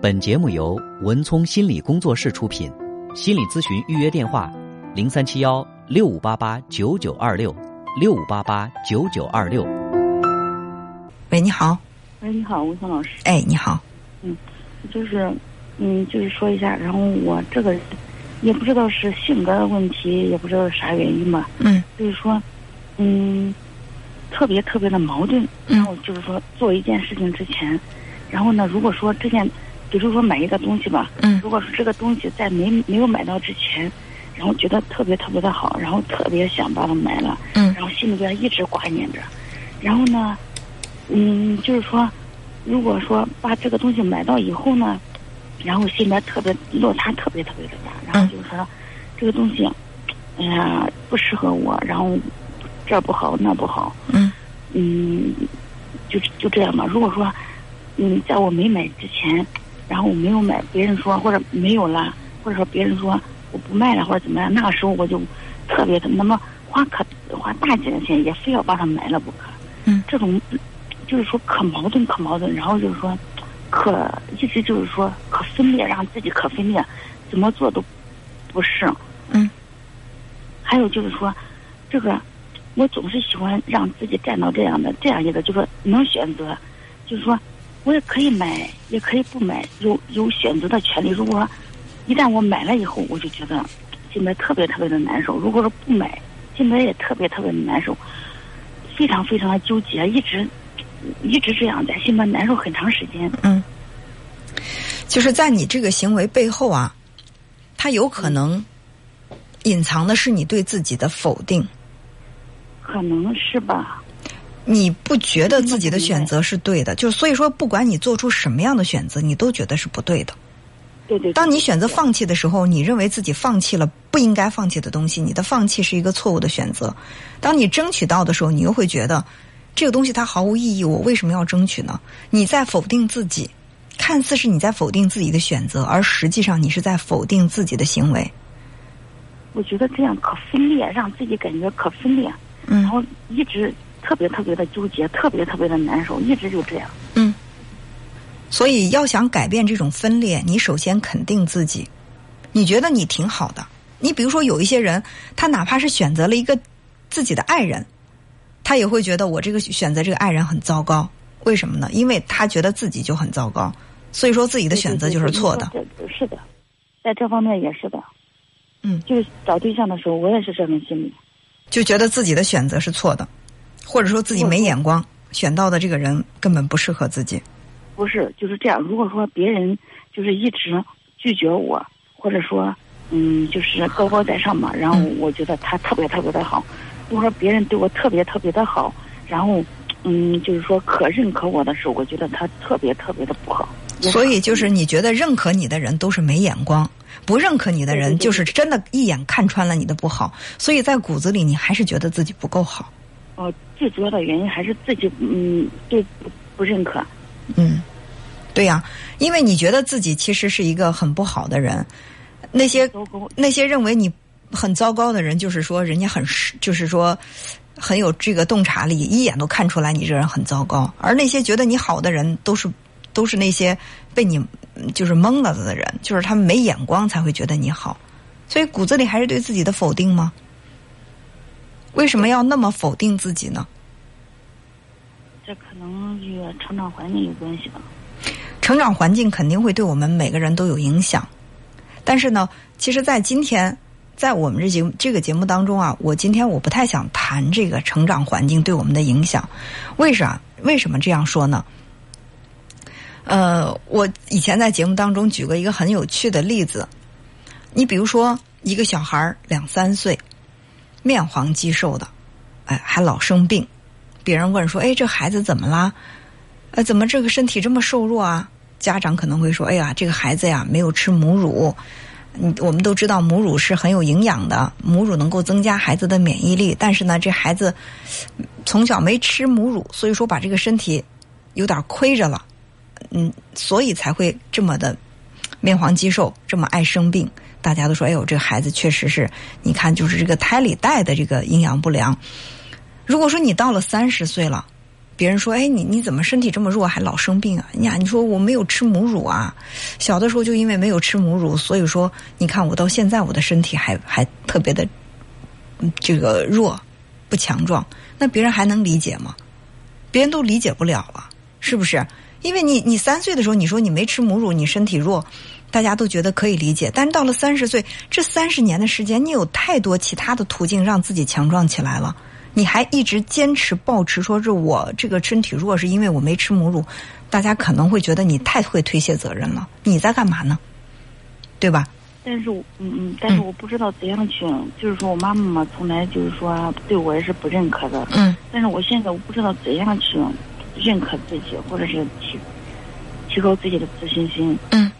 本节目由文聪心理工作室出品，心理咨询预约电话：0371-6588-9926，6588-9926。 喂，你好。 喂，你好，文聪老师。 哎，你好。 就是说一下，然后我这个也不知道是性格的问题，也不知道是啥原因吧。就是说，特别的矛盾。然后就是说，做一件事情之前，然后呢，如果说这件，比如说买一个东西吧，如果说这个东西在没有买到之前，然后觉得特别的好，然后特别想把它买了，然后心里边一直挂念着，然后呢，就是说，如果说把这个东西买到以后呢，然后心里边落差特别的大，然后就是说，这个东西，哎呀不适合我，然后这儿不好那不好，就这样吧。如果说，在我没买之前，然后我没有买，别人说或者没有了，或者说别人说我不卖了或者怎么样，那个时候我就特别的，那么花大几的钱也非要把它买了不可。这种就是说可矛盾，然后就是说一直就是说可分裂，让自己可分裂，怎么做都不是。还有就是说，这个我总是喜欢让自己站到这样一个，就是说能选择，就是说我也可以买，也可以不买，有选择的权利。如果一旦我买了以后，我就觉得心里面特别的难受；如果说不买，心里面也特别的难受，非常的纠结，一直这样在心里面难受很长时间。 就是在你这个行为背后啊，它有可能隐藏的是你对自己的否定。 可能是吧。 你不觉得自己的选择是对的，就是所以说不管你做出什么样的选择，你都觉得是不对的。 对。 当你选择放弃的时候，你认为自己放弃了不应该放弃的东西，你的放弃是一个错误的选择。当你争取到的时候，你又会觉得这个东西它毫无意义，我为什么要争取呢？你在否定自己，看似是你在否定自己的选择，而实际上你是在否定自己的行为。 我觉得这样可分裂，让自己感觉可分裂，然后一直特别的纠结，特别的难受，一直就这样。 所以要想改变这种分裂，你首先肯定自己，你觉得你挺好的。你比如说有一些人，他哪怕是选择了一个自己的爱人，他也会觉得我这个选择这个爱人很糟糕。为什么呢？因为他觉得自己就很糟糕，所以说自己的选择就是错的。 是的，在这方面也是的。就是找对象的时候，我也是这种心理， 就觉得自己的选择是错的，或者说自己没眼光，选到的这个人根本不适合自己。 不是，就是这样。如果说别人就是一直拒绝我，或者说就是高高在上嘛，然后我觉得他特别的好。如果说别人对我特别的好，然后就是说可认可我的时候，我觉得他特别的不好。 所以就是你觉得认可你的人都是没眼光，不认可你的人就是真的一眼看穿了你的不好，所以在骨子里你还是觉得自己不够好。 最主要的原因还是自己对不认可。 对呀，因为你觉得自己其实是一个很不好的人，那些认为你很糟糕的人，就是说人家就是说很有这个洞察力，一眼都看出来你这人很糟糕。而那些觉得你好的人，都是那些被你就是蒙了的人，就是他们没眼光才会觉得你好。所以骨子里还是对自己的否定吗？为什么要那么否定自己呢？ 这可能与成长环境有关系吧。 成长环境肯定会对我们每个人都有影响，但是呢，其实在今天，在我们这个节目当中啊，今天我不太想谈这个成长环境对我们的影响。为什么这样说呢？我以前在节目当中举过一个很有趣的例子，你比如说一个小孩2-3岁，面黄肌瘦的，还老生病，别人问说，这孩子怎么啦？怎么这个身体这么瘦弱啊？家长可能会说，这个孩子呀没有吃母乳。我们都知道母乳是很有营养的，母乳能够增加孩子的免疫力，但是呢，这孩子从小没吃母乳，所以说把这个身体有点亏着了，所以才会这么的面黄肌瘦，这么爱生病。大家都说，这个孩子确实是，你看就是这个胎里带的这个营养不良。如果说你到了30岁了， 别人说，哎，你怎么身体这么弱，还老生病啊？呀，你说我没有吃母乳啊，小的时候就因为没有吃母乳，所以说你看我到现在我的身体还特别的这个弱不强壮，那别人还能理解吗？别人都理解不了了，是不是？因为你3岁的时候你说你没吃母乳，你身体弱，大家都觉得可以理解，但是到了30岁，这30年的时间，你有太多其他的途径让自己强壮起来了，你还一直坚持抱持说是我这个身体弱是因为我没吃母乳，大家可能会觉得你太会推卸责任了，你在干嘛呢？对吧？ 但是但是我不知道怎样去，就是说我妈妈嘛，从来就是说对我也是不认可的。但是我现在我不知道怎样去认可自己，或者是提高自己的自信心。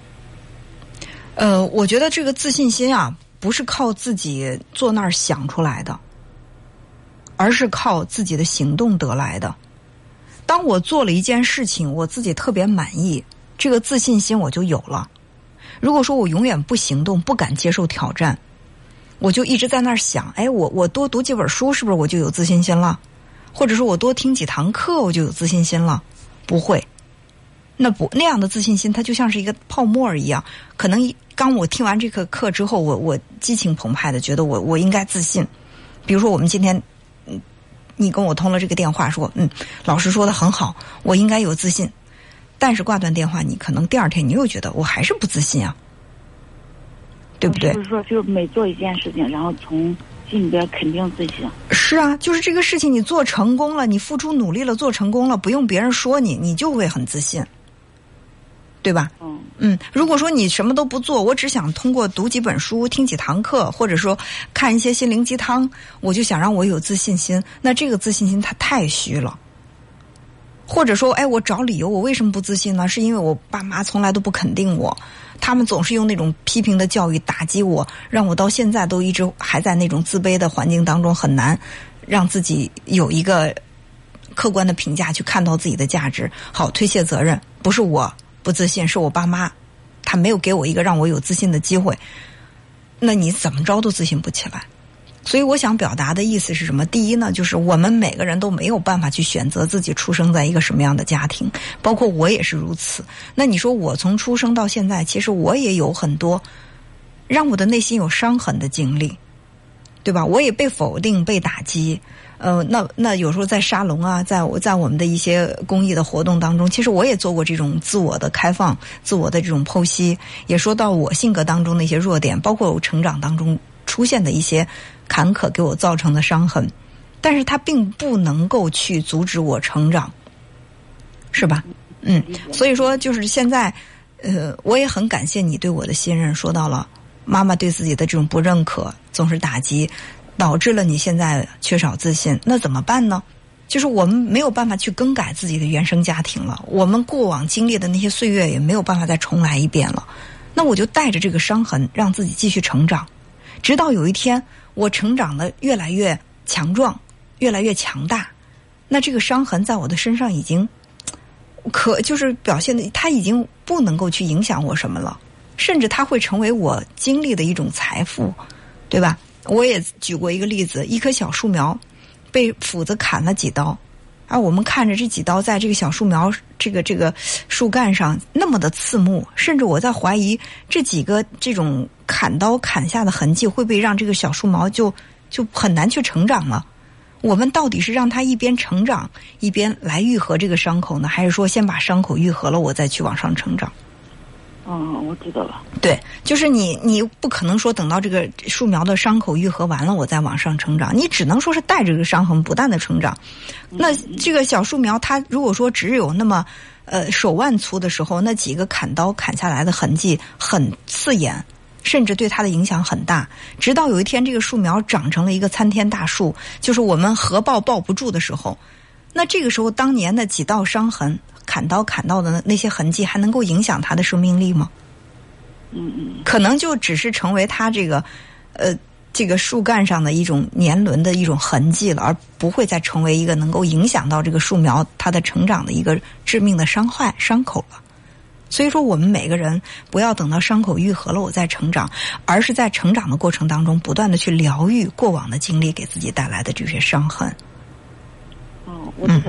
我觉得这个自信心啊，不是靠自己坐那儿想出来的，而是靠自己的行动得来的。当我做了一件事情，我自己特别满意，这个自信心我就有了。如果说我永远不行动，不敢接受挑战，我就一直在那儿想，哎，我多读几本书，是不是我就有自信心了？或者说我多听几堂课，我就有自信心了？不会。那样的自信心，它就像是一个泡沫一样。可能刚我听完这个课之后，我激情澎湃的觉得我应该自信。比如说我们今天，你跟我通了这个电话，说老师说的很好，我应该有自信。但是挂断电话，你可能第2天你又觉得我还是不自信啊，对不对？ 就是说，就每做一件事情，然后从心里边肯定自己。 是啊，就是这个事情你做成功了，你付出努力了，做成功了，不用别人说你就会很自信，对吧？如果说你什么都不做，我只想通过读几本书、听几堂课，或者说看一些心灵鸡汤，我就想让我有自信心，那这个自信心它太虚了。或者说，哎，我找理由，我为什么不自信呢？是因为我爸妈从来都不肯定我，他们总是用那种批评的教育打击我，让我到现在都一直还在那种自卑的环境当中，很难让自己有一个客观的评价去看到自己的价值。好，推卸责任，不是我不自信，是我爸妈他没有给我一个让我有自信的机会，那你怎么着都自信不起来。所以我想表达的意思是什么？第一呢，就是我们每个人都没有办法去选择自己出生在一个什么样的家庭，包括我也是如此。那你说我从出生到现在，其实我也有很多让我的内心有伤痕的经历，对吧？我也被否定、被打击。那有时候在沙龙啊，在我们的一些公益的活动当中，其实我也做过这种自我的开放、自我的这种剖析，也说到我性格当中的一些弱点，包括我成长当中出现的一些坎坷给我造成的伤痕，但是它并不能够去阻止我成长，是吧？所以说就是现在，我也很感谢你对我的信任，说到了妈妈对自己的这种不认可，总是打击，导致了你现在缺少自信。那怎么办呢？就是我们没有办法去更改自己的原生家庭了，我们过往经历的那些岁月也没有办法再重来一遍了。那我就带着这个伤痕，让自己继续成长，直到有一天我成长的越来越强壮，越来越强大，那这个伤痕在我的身上已经就是表现的，它已经不能够去影响我什么了，甚至它会成为我经历的一种财富，对吧？我也举过一个例子，一棵小树苗被斧子砍了几刀，我们看着这几刀在这个小树苗这个树干上那么的刺目，甚至我在怀疑这几个这种砍刀砍下的痕迹会不会让这个小树苗就很难去成长了。我们到底是让它一边成长一边来愈合这个伤口呢，还是说先把伤口愈合了我再去往上成长？ 我知道了。 对，就是你不可能说等到这个树苗的伤口愈合完了我再往上成长，你只能说是带着这个伤痕不断的成长。那这个小树苗它如果说只有那么手腕粗的时候，那几个砍刀砍下来的痕迹很刺眼，甚至对它的影响很大，直到有一天这个树苗长成了一个参天大树，就是我们合抱抱不住的时候，那这个时候当年的几道伤痕砍刀的那些痕迹还能够影响它的生命力吗？可能就只是成为它这个树干上的一种年轮的一种痕迹了，而不会再成为一个能够影响到这个树苗它的成长的一个致命的伤口了。所以说我们每个人不要等到伤口愈合了我再成长，而是在成长的过程当中不断的去疗愈过往的经历给自己带来的这些伤痕。 我知道，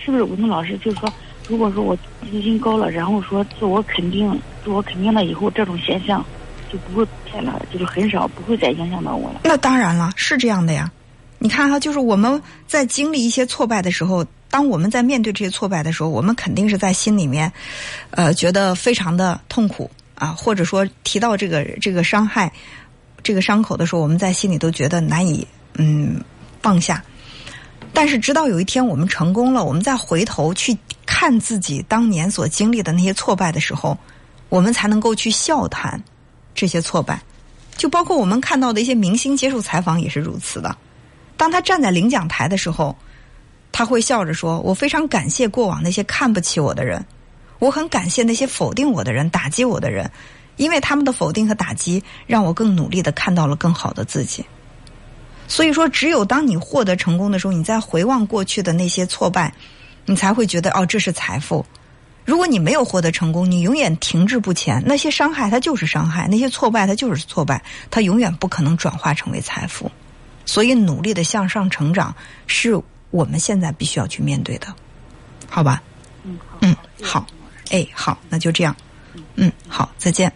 是不是文聪老师就是说，如果说我自信心高了，然后说自我肯定了以后，这种现象就不会出现了，就是很少，不会再影响到我了。 那当然了，是这样的呀。你看哈，就是我们在经历一些挫败的时候，当我们在面对这些挫败的时候，我们肯定是在心里面，觉得非常的痛苦啊，或者说提到这个伤害、这个伤口的时候，我们在心里都觉得难以放下。但是直到有一天我们成功了，我们再回头去看自己当年所经历的那些挫败的时候，我们才能够去笑谈这些挫败。就包括我们看到的一些明星接受采访也是如此的。当他站在领奖台的时候，他会笑着说，我非常感谢过往那些看不起我的人，我很感谢那些否定我的人、打击我的人，因为他们的否定和打击让我更努力地看到了更好的自己。所以说，只有当你获得成功的时候，你再回望过去的那些挫败，你才会觉得这是财富。如果你没有获得成功，你永远停滞不前，那些伤害它就是伤害，那些挫败它就是挫败，它永远不可能转化成为财富。所以努力的向上成长是我们现在必须要去面对的，好吧？好，好，那就这样。好，再见。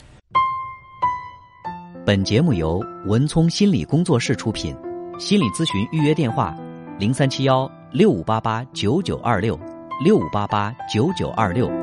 本节目由文聪心理工作室出品，心理咨询预约电话：037165889926，65889926。